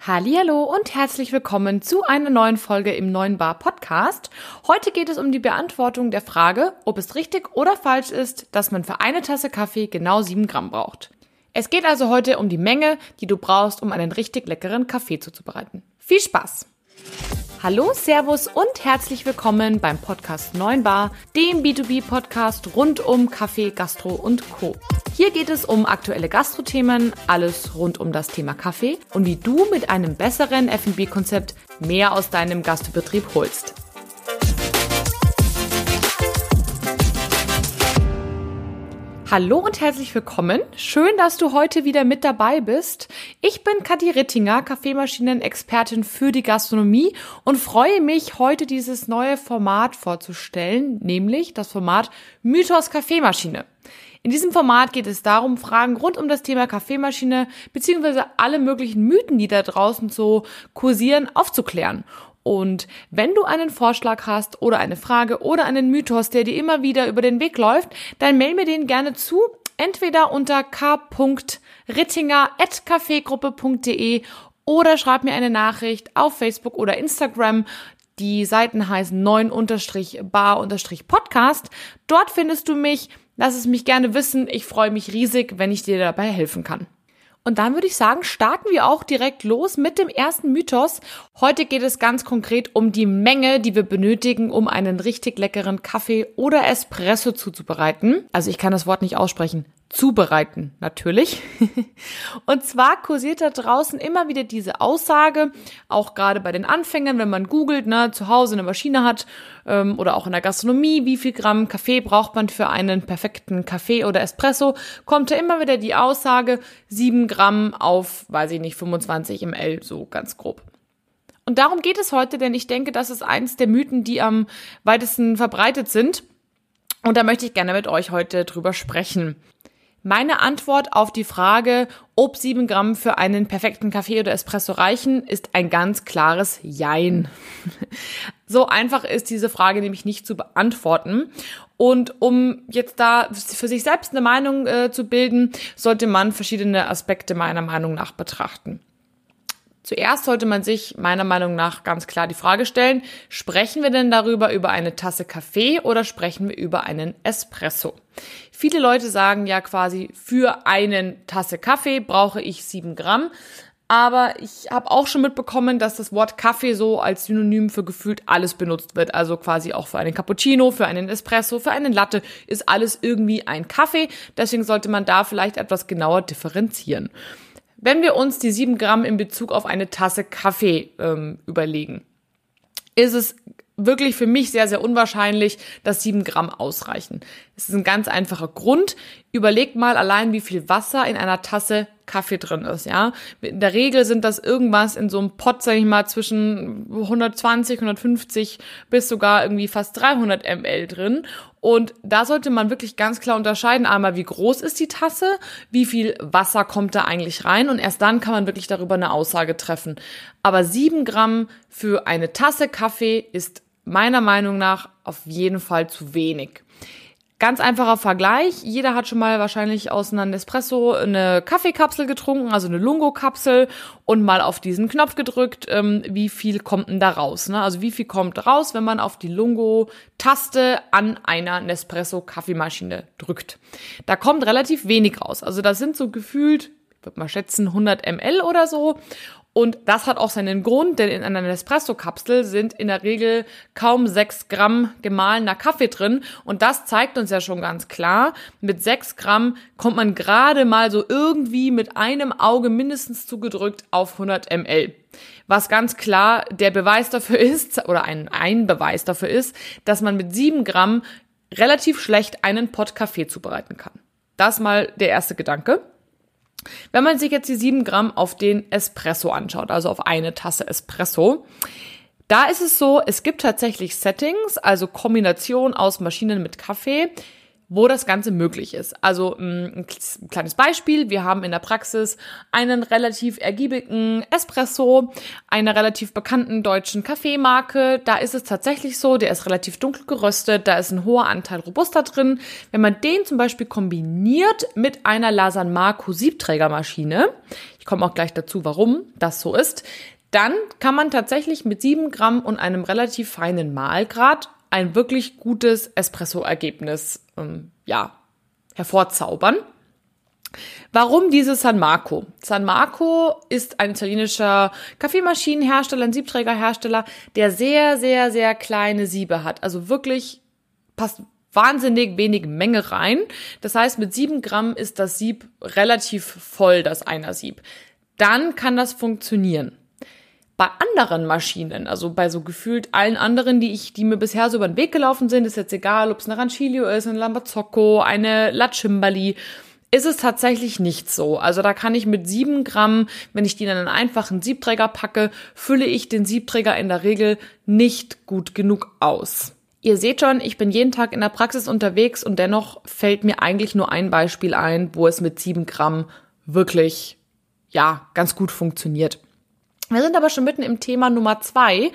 Hallihallo und herzlich willkommen zu einer neuen Folge im Neuen Bar Podcast. Heute geht es um die Beantwortung der Frage, ob es richtig oder falsch ist, dass man für eine Tasse Kaffee genau 7 Gramm braucht. Es geht also heute um die Menge, die du brauchst, um einen richtig leckeren Kaffee zuzubereiten. Viel Spaß! Hallo, Servus und herzlich willkommen beim Podcast Neuen Bar, dem B2B-Podcast rund um Kaffee, Gastro und Co. Hier geht es um aktuelle Gastrothemen, alles rund um das Thema Kaffee und wie du mit einem besseren F&B-Konzept mehr aus deinem Gastbetrieb holst. Hallo und herzlich willkommen. Schön, dass du heute wieder mit dabei bist. Ich bin Kathi Rittinger, Kaffeemaschinen-Expertin für die Gastronomie und freue mich, heute dieses neue Format vorzustellen, nämlich das Format Mythos Kaffeemaschine. In diesem Format geht es darum, Fragen rund um das Thema Kaffeemaschine bzw. alle möglichen Mythen, die da draußen so kursieren, aufzuklären. Und wenn du einen Vorschlag hast oder eine Frage oder einen Mythos, der dir immer wieder über den Weg läuft, dann mail mir den gerne zu, entweder unter k.rittinger@kaffeegruppe.de oder schreib mir eine Nachricht auf Facebook oder Instagram. Die Seiten heißen 9-bar-podcast. Dort findest du mich. Lass es mich gerne wissen. Ich freue mich riesig, wenn ich dir dabei helfen kann. Und dann würde ich sagen, starten wir auch direkt los mit dem ersten Mythos. Heute geht es ganz konkret um die Menge, die wir benötigen, um einen richtig leckeren Kaffee oder Espresso zuzubereiten. Also ich kann das Wort nicht aussprechen. Zubereiten, natürlich. Und zwar kursiert da draußen immer wieder diese Aussage, auch gerade bei den Anfängern, wenn man googelt, zu Hause eine Maschine hat oder auch in der Gastronomie, wie viel Gramm Kaffee braucht man für einen perfekten Kaffee oder Espresso, kommt da immer wieder die Aussage 7 Gramm auf, 25 ml, so ganz grob. Und darum geht es heute, denn ich denke, das ist eins der Mythen, die am weitesten verbreitet sind. Und da möchte ich gerne mit euch heute drüber sprechen. Meine Antwort auf die Frage, ob 7 Gramm für einen perfekten Kaffee oder Espresso reichen, ist ein ganz klares Jein. So einfach ist diese Frage nämlich nicht zu beantworten. Und um jetzt da für sich selbst eine Meinung zu bilden, sollte man verschiedene Aspekte meiner Meinung nach betrachten. Zuerst sollte man sich meiner Meinung nach ganz klar die Frage stellen, sprechen wir denn darüber über eine Tasse Kaffee oder sprechen wir über einen Espresso? Viele Leute sagen ja quasi, für eine Tasse Kaffee brauche ich 7 Gramm. Aber ich habe auch schon mitbekommen, dass das Wort Kaffee so als Synonym für gefühlt alles benutzt wird. Also quasi auch für einen Cappuccino, für einen Espresso, für einen Latte ist alles irgendwie ein Kaffee. Deswegen sollte man da vielleicht etwas genauer differenzieren. Wenn wir uns die 7 Gramm in Bezug auf eine Tasse Kaffee überlegen, ist es wirklich für mich sehr, sehr unwahrscheinlich, dass 7 Gramm ausreichen. Es ist ein ganz einfacher Grund. Überlegt mal allein, wie viel Wasser in einer Tasse Kaffee drin ist, ja. In der Regel sind das irgendwas in so einem Pot, sag ich mal, zwischen 120, 150 bis sogar irgendwie fast 300 ml drin. Und da sollte man wirklich ganz klar unterscheiden, einmal wie groß ist die Tasse, wie viel Wasser kommt da eigentlich rein und erst dann kann man wirklich darüber eine Aussage treffen. Aber 7 Gramm für eine Tasse Kaffee ist meiner Meinung nach auf jeden Fall zu wenig. Ganz einfacher Vergleich, jeder hat schon mal wahrscheinlich aus einem Nespresso eine Kaffeekapsel getrunken, also eine Lungo-Kapsel und mal auf diesen Knopf gedrückt, wie viel kommt denn da raus, Also wie viel kommt raus, wenn man auf die Lungo-Taste an einer Nespresso-Kaffeemaschine drückt. Da kommt relativ wenig raus, also das sind so gefühlt, ich würde mal schätzen, 100 ml oder so. Und das hat auch seinen Grund, denn in einer Nespresso-Kapsel sind in der Regel kaum 6 Gramm gemahlener Kaffee drin. Und das zeigt uns ja schon ganz klar, mit 6 Gramm kommt man gerade mal so irgendwie mit einem Auge mindestens zugedrückt auf 100 ml. Was ganz klar der Beweis dafür ist, oder ein Beweis dafür ist, dass man mit 7 Gramm relativ schlecht einen Pott Kaffee zubereiten kann. Das mal der erste Gedanke. Wenn man sich jetzt die 7 Gramm auf den Espresso anschaut, also auf eine Tasse Espresso, da ist es so, es gibt tatsächlich Settings, also Kombination aus Maschinen mit Kaffee, wo das Ganze möglich ist. Also ein kleines Beispiel, wir haben in der Praxis einen relativ ergiebigen Espresso, einer relativ bekannten deutschen Kaffeemarke. Da ist es tatsächlich so, der ist relativ dunkel geröstet, da ist ein hoher Anteil Robusta drin. Wenn man den zum Beispiel kombiniert mit einer La San Marco Siebträgermaschine, ich komme auch gleich dazu, warum das so ist, dann kann man tatsächlich mit 7 Gramm und einem relativ feinen Mahlgrad ein wirklich gutes Espresso-Ergebnis hervorzaubern. Warum dieses San Marco? San Marco ist ein italienischer Kaffeemaschinenhersteller, ein Siebträgerhersteller, der sehr, sehr, sehr kleine Siebe hat. Also wirklich passt wahnsinnig wenig Menge rein. Das heißt, mit 7 Gramm ist das Sieb relativ voll, das Einer-Sieb. Dann kann das funktionieren. Bei anderen Maschinen, also bei so gefühlt allen anderen, die mir bisher so über den Weg gelaufen sind, ist jetzt egal, ob es eine Rancilio ist, eine Lambazzocco, eine La Cimbali, ist es tatsächlich nicht so. Also da kann ich mit 7 Gramm, wenn ich die in einen einfachen Siebträger packe, fülle ich den Siebträger in der Regel nicht gut genug aus. Ihr seht schon, ich bin jeden Tag in der Praxis unterwegs und dennoch fällt mir eigentlich nur ein Beispiel ein, wo es mit 7 Gramm wirklich, ganz gut funktioniert. Wir sind aber schon mitten im Thema Nummer 2,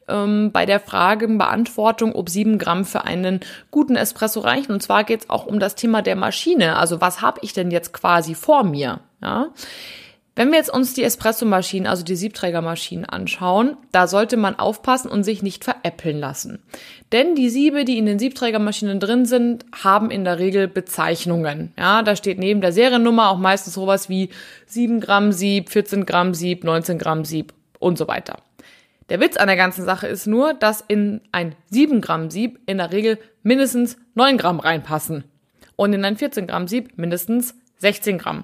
bei der Fragenbeantwortung, ob 7 Gramm für einen guten Espresso reichen. Und zwar geht es auch um das Thema der Maschine. Also was habe ich denn jetzt quasi vor mir? Ja? Wenn wir jetzt uns die Espresso-Maschinen, also die Siebträgermaschinen anschauen, da sollte man aufpassen und sich nicht veräppeln lassen. Denn die Siebe, die in den Siebträgermaschinen drin sind, haben in der Regel Bezeichnungen. Ja, da steht neben der Seriennummer auch meistens sowas wie 7 Gramm Sieb, 14 Gramm Sieb, 19 Gramm Sieb und so weiter. Der Witz an der ganzen Sache ist nur, dass in ein 7 Gramm Sieb in der Regel mindestens 9 Gramm reinpassen und in ein 14 Gramm Sieb mindestens 16 Gramm.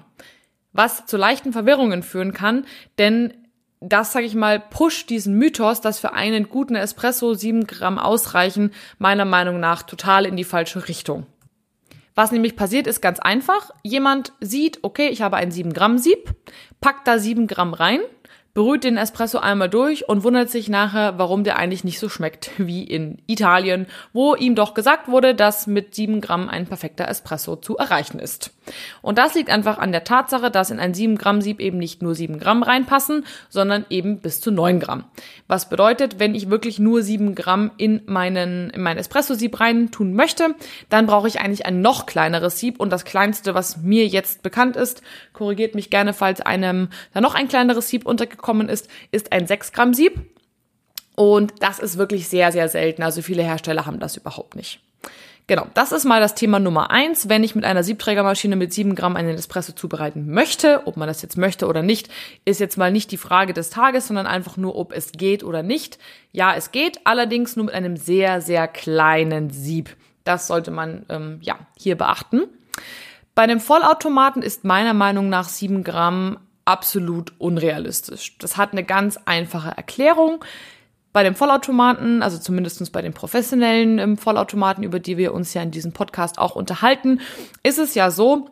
Was zu leichten Verwirrungen führen kann, denn das, sage ich mal, pusht diesen Mythos, dass für einen guten Espresso 7 Gramm ausreichen, meiner Meinung nach total in die falsche Richtung. Was nämlich passiert, ist ganz einfach. Jemand sieht, okay, ich habe ein 7 Gramm Sieb, packt da 7 Gramm rein, berührt den Espresso einmal durch und wundert sich nachher, warum der eigentlich nicht so schmeckt wie in Italien, wo ihm doch gesagt wurde, dass mit 7 Gramm ein perfekter Espresso zu erreichen ist. Und das liegt einfach an der Tatsache, dass in ein 7 Gramm Sieb eben nicht nur 7 Gramm reinpassen, sondern eben bis zu 9 Gramm. Was bedeutet, wenn ich wirklich nur 7 Gramm in mein Espresso-Sieb rein tun möchte, dann brauche ich eigentlich ein noch kleineres Sieb und das kleinste, was mir jetzt bekannt ist, korrigiert mich gerne, falls einem da noch ein kleineres Sieb untergekommen ist ein 6 Gramm Sieb. Und das ist wirklich sehr, sehr selten. Also viele Hersteller haben das überhaupt nicht. Genau, das ist mal das Thema Nummer 1. Wenn ich mit einer Siebträgermaschine mit 7 Gramm einen Espresso zubereiten möchte, ob man das jetzt möchte oder nicht, ist jetzt mal nicht die Frage des Tages, sondern einfach nur, ob es geht oder nicht. Ja, es geht, allerdings nur mit einem sehr, sehr kleinen Sieb. Das sollte man hier beachten. Bei einem Vollautomaten ist meiner Meinung nach 7 Gramm absolut unrealistisch. Das hat eine ganz einfache Erklärung. Bei dem Vollautomaten, also zumindest bei den professionellen Vollautomaten, über die wir uns ja in diesem Podcast auch unterhalten, ist es ja so,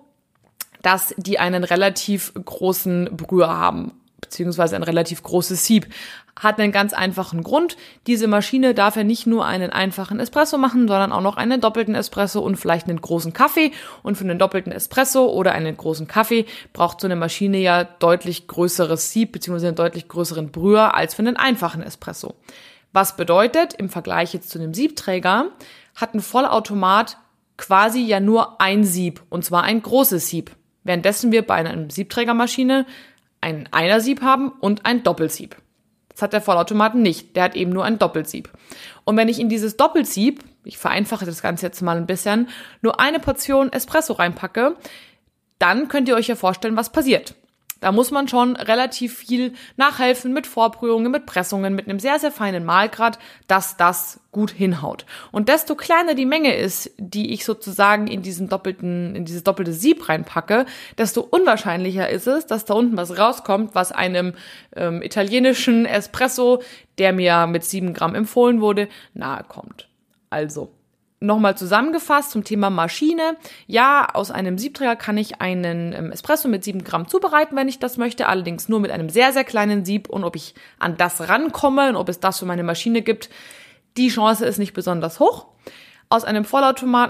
dass die einen relativ großen Brüher haben, beziehungsweise ein relativ großes Sieb. Hat einen ganz einfachen Grund. Diese Maschine darf ja nicht nur einen einfachen Espresso machen, sondern auch noch einen doppelten Espresso und vielleicht einen großen Kaffee. Und für einen doppelten Espresso oder einen großen Kaffee braucht so eine Maschine ja deutlich größeres Sieb, beziehungsweise einen deutlich größeren Brüher als für einen einfachen Espresso. Was bedeutet, im Vergleich jetzt zu einem Siebträger, hat ein Vollautomat quasi ja nur ein Sieb, und zwar ein großes Sieb. Währenddessen wir bei einer Siebträgermaschine ein Einer-Sieb haben und ein Doppelsieb. Das hat der Vollautomat nicht. Der hat eben nur ein Doppelsieb. Und wenn ich in dieses Doppelsieb, ich vereinfache das Ganze jetzt mal ein bisschen, nur eine Portion Espresso reinpacke, dann könnt ihr euch ja vorstellen, was passiert. Da muss man schon relativ viel nachhelfen mit Vorbrühungen, mit Pressungen, mit einem sehr, sehr feinen Mahlgrad, dass das gut hinhaut. Und desto kleiner die Menge ist, die ich sozusagen in dieses doppelte Sieb reinpacke, desto unwahrscheinlicher ist es, dass da unten was rauskommt, was einem italienischen Espresso, der mir mit 7 Gramm empfohlen wurde, nahe kommt. Also, nochmal zusammengefasst zum Thema Maschine. Ja, aus einem Siebträger kann ich einen Espresso mit 7 Gramm zubereiten, wenn ich das möchte, allerdings nur mit einem sehr, sehr kleinen Sieb. Und ob ich an das rankomme und ob es das für meine Maschine gibt, die Chance ist nicht besonders hoch. Aus einem Vollautomaten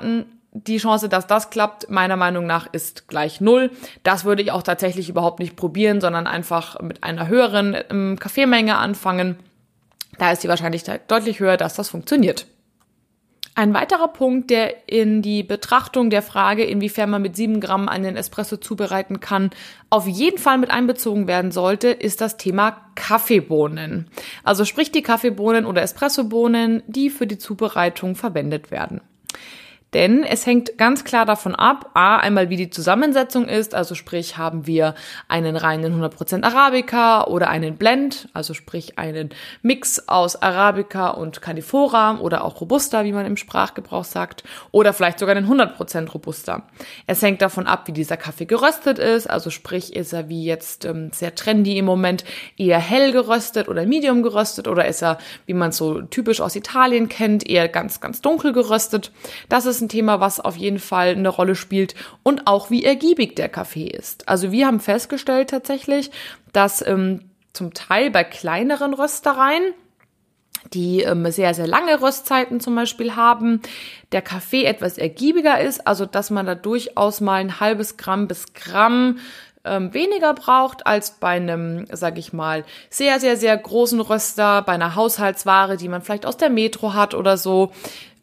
die Chance, dass das klappt, meiner Meinung nach, ist gleich 0. Das würde ich auch tatsächlich überhaupt nicht probieren, sondern einfach mit einer höheren Kaffeemenge anfangen. Da ist die Wahrscheinlichkeit deutlich höher, dass das funktioniert. Ein weiterer Punkt, der in die Betrachtung der Frage, inwiefern man mit 7 Gramm einen Espresso zubereiten kann, auf jeden Fall mit einbezogen werden sollte, ist das Thema Kaffeebohnen. Also sprich die Kaffeebohnen oder Espressobohnen, die für die Zubereitung verwendet werden. Denn es hängt ganz klar davon ab, einmal wie die Zusammensetzung ist, also sprich haben wir einen reinen 100% Arabica oder einen Blend, also sprich einen Mix aus Arabica und Canifora oder auch Robusta, wie man im Sprachgebrauch sagt, oder vielleicht sogar einen 100% Robusta. Es hängt davon ab, wie dieser Kaffee geröstet ist, also sprich ist er wie jetzt sehr trendy im Moment eher hell geröstet oder medium geröstet oder ist er, wie man es so typisch aus Italien kennt, eher ganz, ganz dunkel geröstet. Das ist ein Thema, was auf jeden Fall eine Rolle spielt und auch wie ergiebig der Kaffee ist. Also wir haben festgestellt tatsächlich, dass zum Teil bei kleineren Röstereien, die sehr, sehr lange Röstzeiten zum Beispiel haben, der Kaffee etwas ergiebiger ist, also dass man da durchaus mal ein halbes Gramm bis Gramm weniger braucht als bei einem, sage ich mal, sehr, sehr, sehr großen Röster, bei einer Haushaltsware, die man vielleicht aus der Metro hat oder so,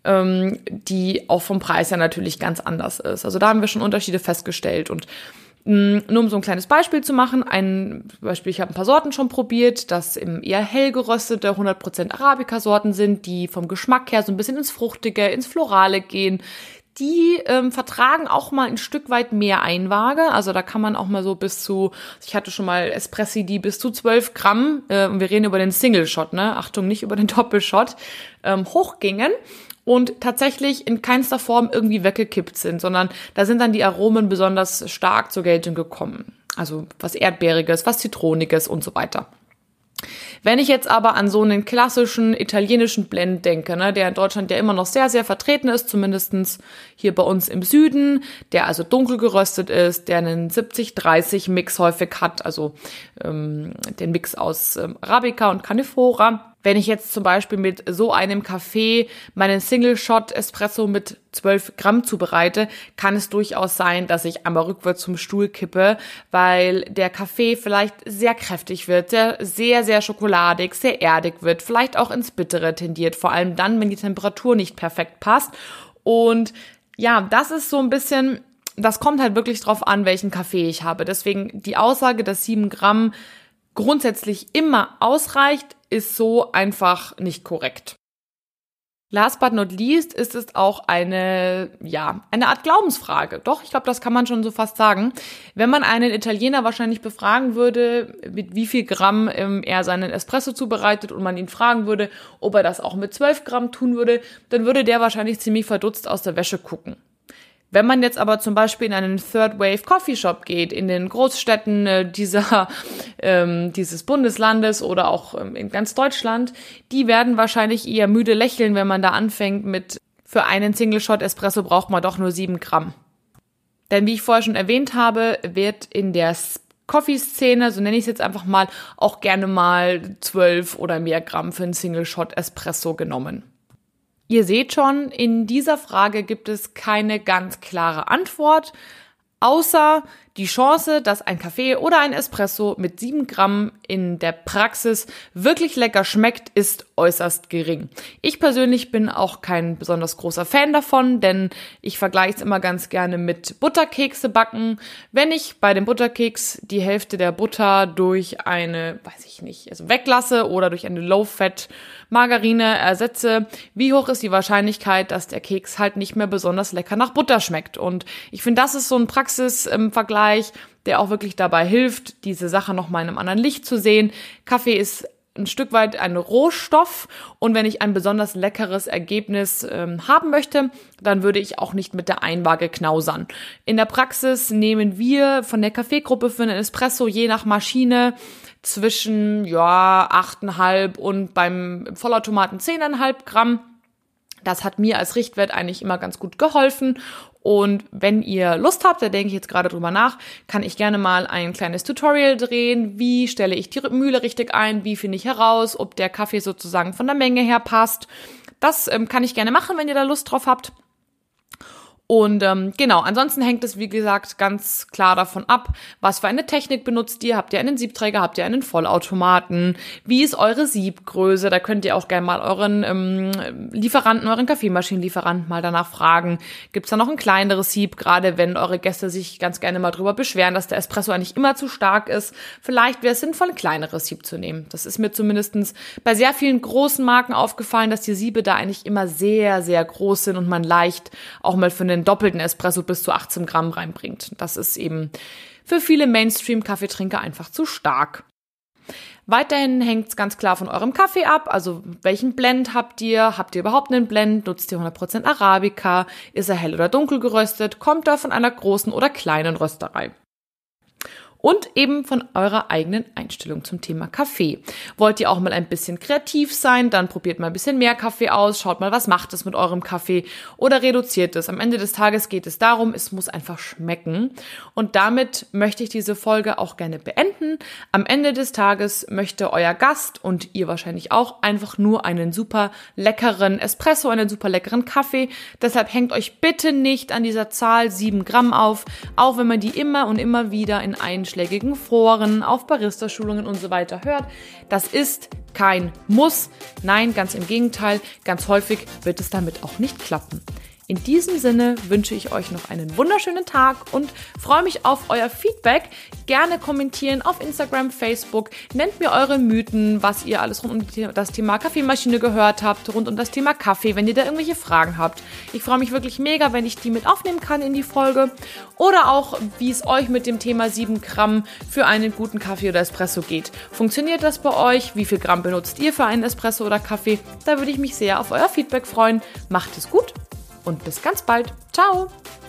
die auch vom Preis her natürlich ganz anders ist. Also da haben wir schon Unterschiede festgestellt und nur um so ein kleines Beispiel zu machen, ich habe ein paar Sorten schon probiert, das eher hell geröstete 100% Arabica-Sorten sind, die vom Geschmack her so ein bisschen ins Fruchtige, ins Florale gehen. Die vertragen auch mal ein Stück weit mehr Einwaage, also da kann man auch mal so bis zu, ich hatte schon mal Espressi, die bis zu 12 Gramm, und wir reden über den Single-Shot, ne? Achtung, nicht über den Doppelshot, hochgingen. Und tatsächlich in keinster Form irgendwie weggekippt sind, sondern da sind dann die Aromen besonders stark zur Geltung gekommen. Also was Erdbeeriges, was Zitroniges und so weiter. Wenn ich jetzt aber an so einen klassischen italienischen Blend denke, ne, der in Deutschland ja immer noch sehr, sehr vertreten ist, zumindestens hier bei uns im Süden, der also dunkel geröstet ist, der einen 70-30-Mix häufig hat, also den Mix aus Arabica und Canifora. Wenn ich jetzt zum Beispiel mit so einem Kaffee meinen Single-Shot-Espresso mit 12 Gramm zubereite, kann es durchaus sein, dass ich einmal rückwärts zum Stuhl kippe, weil der Kaffee vielleicht sehr kräftig wird, sehr, sehr schokoladig, sehr erdig wird, vielleicht auch ins Bittere tendiert, vor allem dann, wenn die Temperatur nicht perfekt passt. Und ja, das ist so ein bisschen, das kommt halt wirklich drauf an, welchen Kaffee ich habe. Deswegen die Aussage, dass 7 Gramm grundsätzlich immer ausreicht, ist so einfach nicht korrekt. Last but not least ist es auch eine Art Glaubensfrage. Doch, ich glaube, das kann man schon so fast sagen. Wenn man einen Italiener wahrscheinlich befragen würde, mit wie viel Gramm er seinen Espresso zubereitet und man ihn fragen würde, ob er das auch mit 12 Gramm tun würde, dann würde der wahrscheinlich ziemlich verdutzt aus der Wäsche gucken. Wenn man jetzt aber zum Beispiel in einen Third Wave Coffee Shop geht, in den Großstädten dieses Bundeslandes oder auch in ganz Deutschland, die werden wahrscheinlich eher müde lächeln, wenn man da anfängt mit, für einen Single Shot Espresso braucht man doch nur 7 Gramm. Denn wie ich vorher schon erwähnt habe, wird in der Coffee-Szene, so nenne ich es jetzt einfach mal, auch gerne mal 12 oder mehr Gramm für einen Single Shot Espresso genommen. Ihr seht schon, in dieser Frage gibt es keine ganz klare Antwort, außer die Chance, dass ein Kaffee oder ein Espresso mit 7 Gramm in der Praxis wirklich lecker schmeckt, ist äußerst gering. Ich persönlich bin auch kein besonders großer Fan davon, denn ich vergleiche es immer ganz gerne mit Butterkekse backen. Wenn ich bei dem Butterkeks die Hälfte der Butter durch eine, weglasse oder durch eine Low-Fat Margarine ersetze, wie hoch ist die Wahrscheinlichkeit, dass der Keks halt nicht mehr besonders lecker nach Butter schmeckt? Und ich finde, das ist so ein Praxisvergleich, der auch wirklich dabei hilft, diese Sache nochmal in einem anderen Licht zu sehen. Kaffee ist ein Stück weit ein Rohstoff und wenn ich ein besonders leckeres Ergebnis haben möchte, dann würde ich auch nicht mit der Einwaage knausern. In der Praxis nehmen wir von der Kaffeegruppe für einen Espresso je nach Maschine zwischen 8,5 und beim Vollautomaten 10,5 Gramm. Das hat mir als Richtwert eigentlich immer ganz gut geholfen. Und wenn ihr Lust habt, da denke ich jetzt gerade drüber nach, kann ich gerne mal ein kleines Tutorial drehen. Wie stelle ich die Mühle richtig ein? Wie finde ich heraus, ob der Kaffee sozusagen von der Menge her passt? Das kann ich gerne machen, wenn ihr da Lust drauf habt. Und genau, ansonsten hängt es, wie gesagt, ganz klar davon ab, was für eine Technik benutzt ihr. Habt ihr einen Siebträger, habt ihr einen Vollautomaten? Wie ist eure Siebgröße? Da könnt ihr auch gerne mal euren Lieferanten, euren Kaffeemaschinenlieferanten mal danach fragen. Gibt es da noch ein kleineres Sieb, gerade wenn eure Gäste sich ganz gerne mal drüber beschweren, dass der Espresso eigentlich immer zu stark ist. Vielleicht wäre es sinnvoll, ein kleineres Sieb zu nehmen. Das ist mir zumindest bei sehr vielen großen Marken aufgefallen, dass die Siebe da eigentlich immer sehr, sehr groß sind und man leicht auch mal für einen doppelten Espresso bis zu 18 Gramm reinbringt. Das ist eben für viele Mainstream-Kaffeetrinker einfach zu stark. Weiterhin hängt es ganz klar von eurem Kaffee ab, also welchen Blend habt ihr? Habt ihr überhaupt einen Blend? Nutzt ihr 100% Arabica? Ist er hell oder dunkel geröstet? Kommt er von einer großen oder kleinen Rösterei? Und eben von eurer eigenen Einstellung zum Thema Kaffee. Wollt ihr auch mal ein bisschen kreativ sein, dann probiert mal ein bisschen mehr Kaffee aus, schaut mal, was macht es mit eurem Kaffee oder reduziert es. Am Ende des Tages geht es darum, es muss einfach schmecken. Und damit möchte ich diese Folge auch gerne beenden. Am Ende des Tages möchte euer Gast und ihr wahrscheinlich auch einfach nur einen super leckeren Espresso, einen super leckeren Kaffee. Deshalb hängt euch bitte nicht an dieser Zahl 7 Gramm auf, auch wenn man die immer und immer wieder in einschlägigen Foren, auf Barista-Schulungen und so weiter hört. Das ist kein Muss. Nein, ganz im Gegenteil. Ganz häufig wird es damit auch nicht klappen. In diesem Sinne wünsche ich euch noch einen wunderschönen Tag und freue mich auf euer Feedback. Gerne kommentieren auf Instagram, Facebook. Nennt mir eure Mythen, was ihr alles rund um das Thema Kaffeemaschine gehört habt, rund um das Thema Kaffee, wenn ihr da irgendwelche Fragen habt. Ich freue mich wirklich mega, wenn ich die mit aufnehmen kann in die Folge. Oder auch, wie es euch mit dem Thema 7 Gramm für einen guten Kaffee oder Espresso geht. Funktioniert das bei euch? Wie viel Gramm benutzt ihr für einen Espresso oder Kaffee? Da würde ich mich sehr auf euer Feedback freuen. Macht es gut und bis ganz bald. Ciao!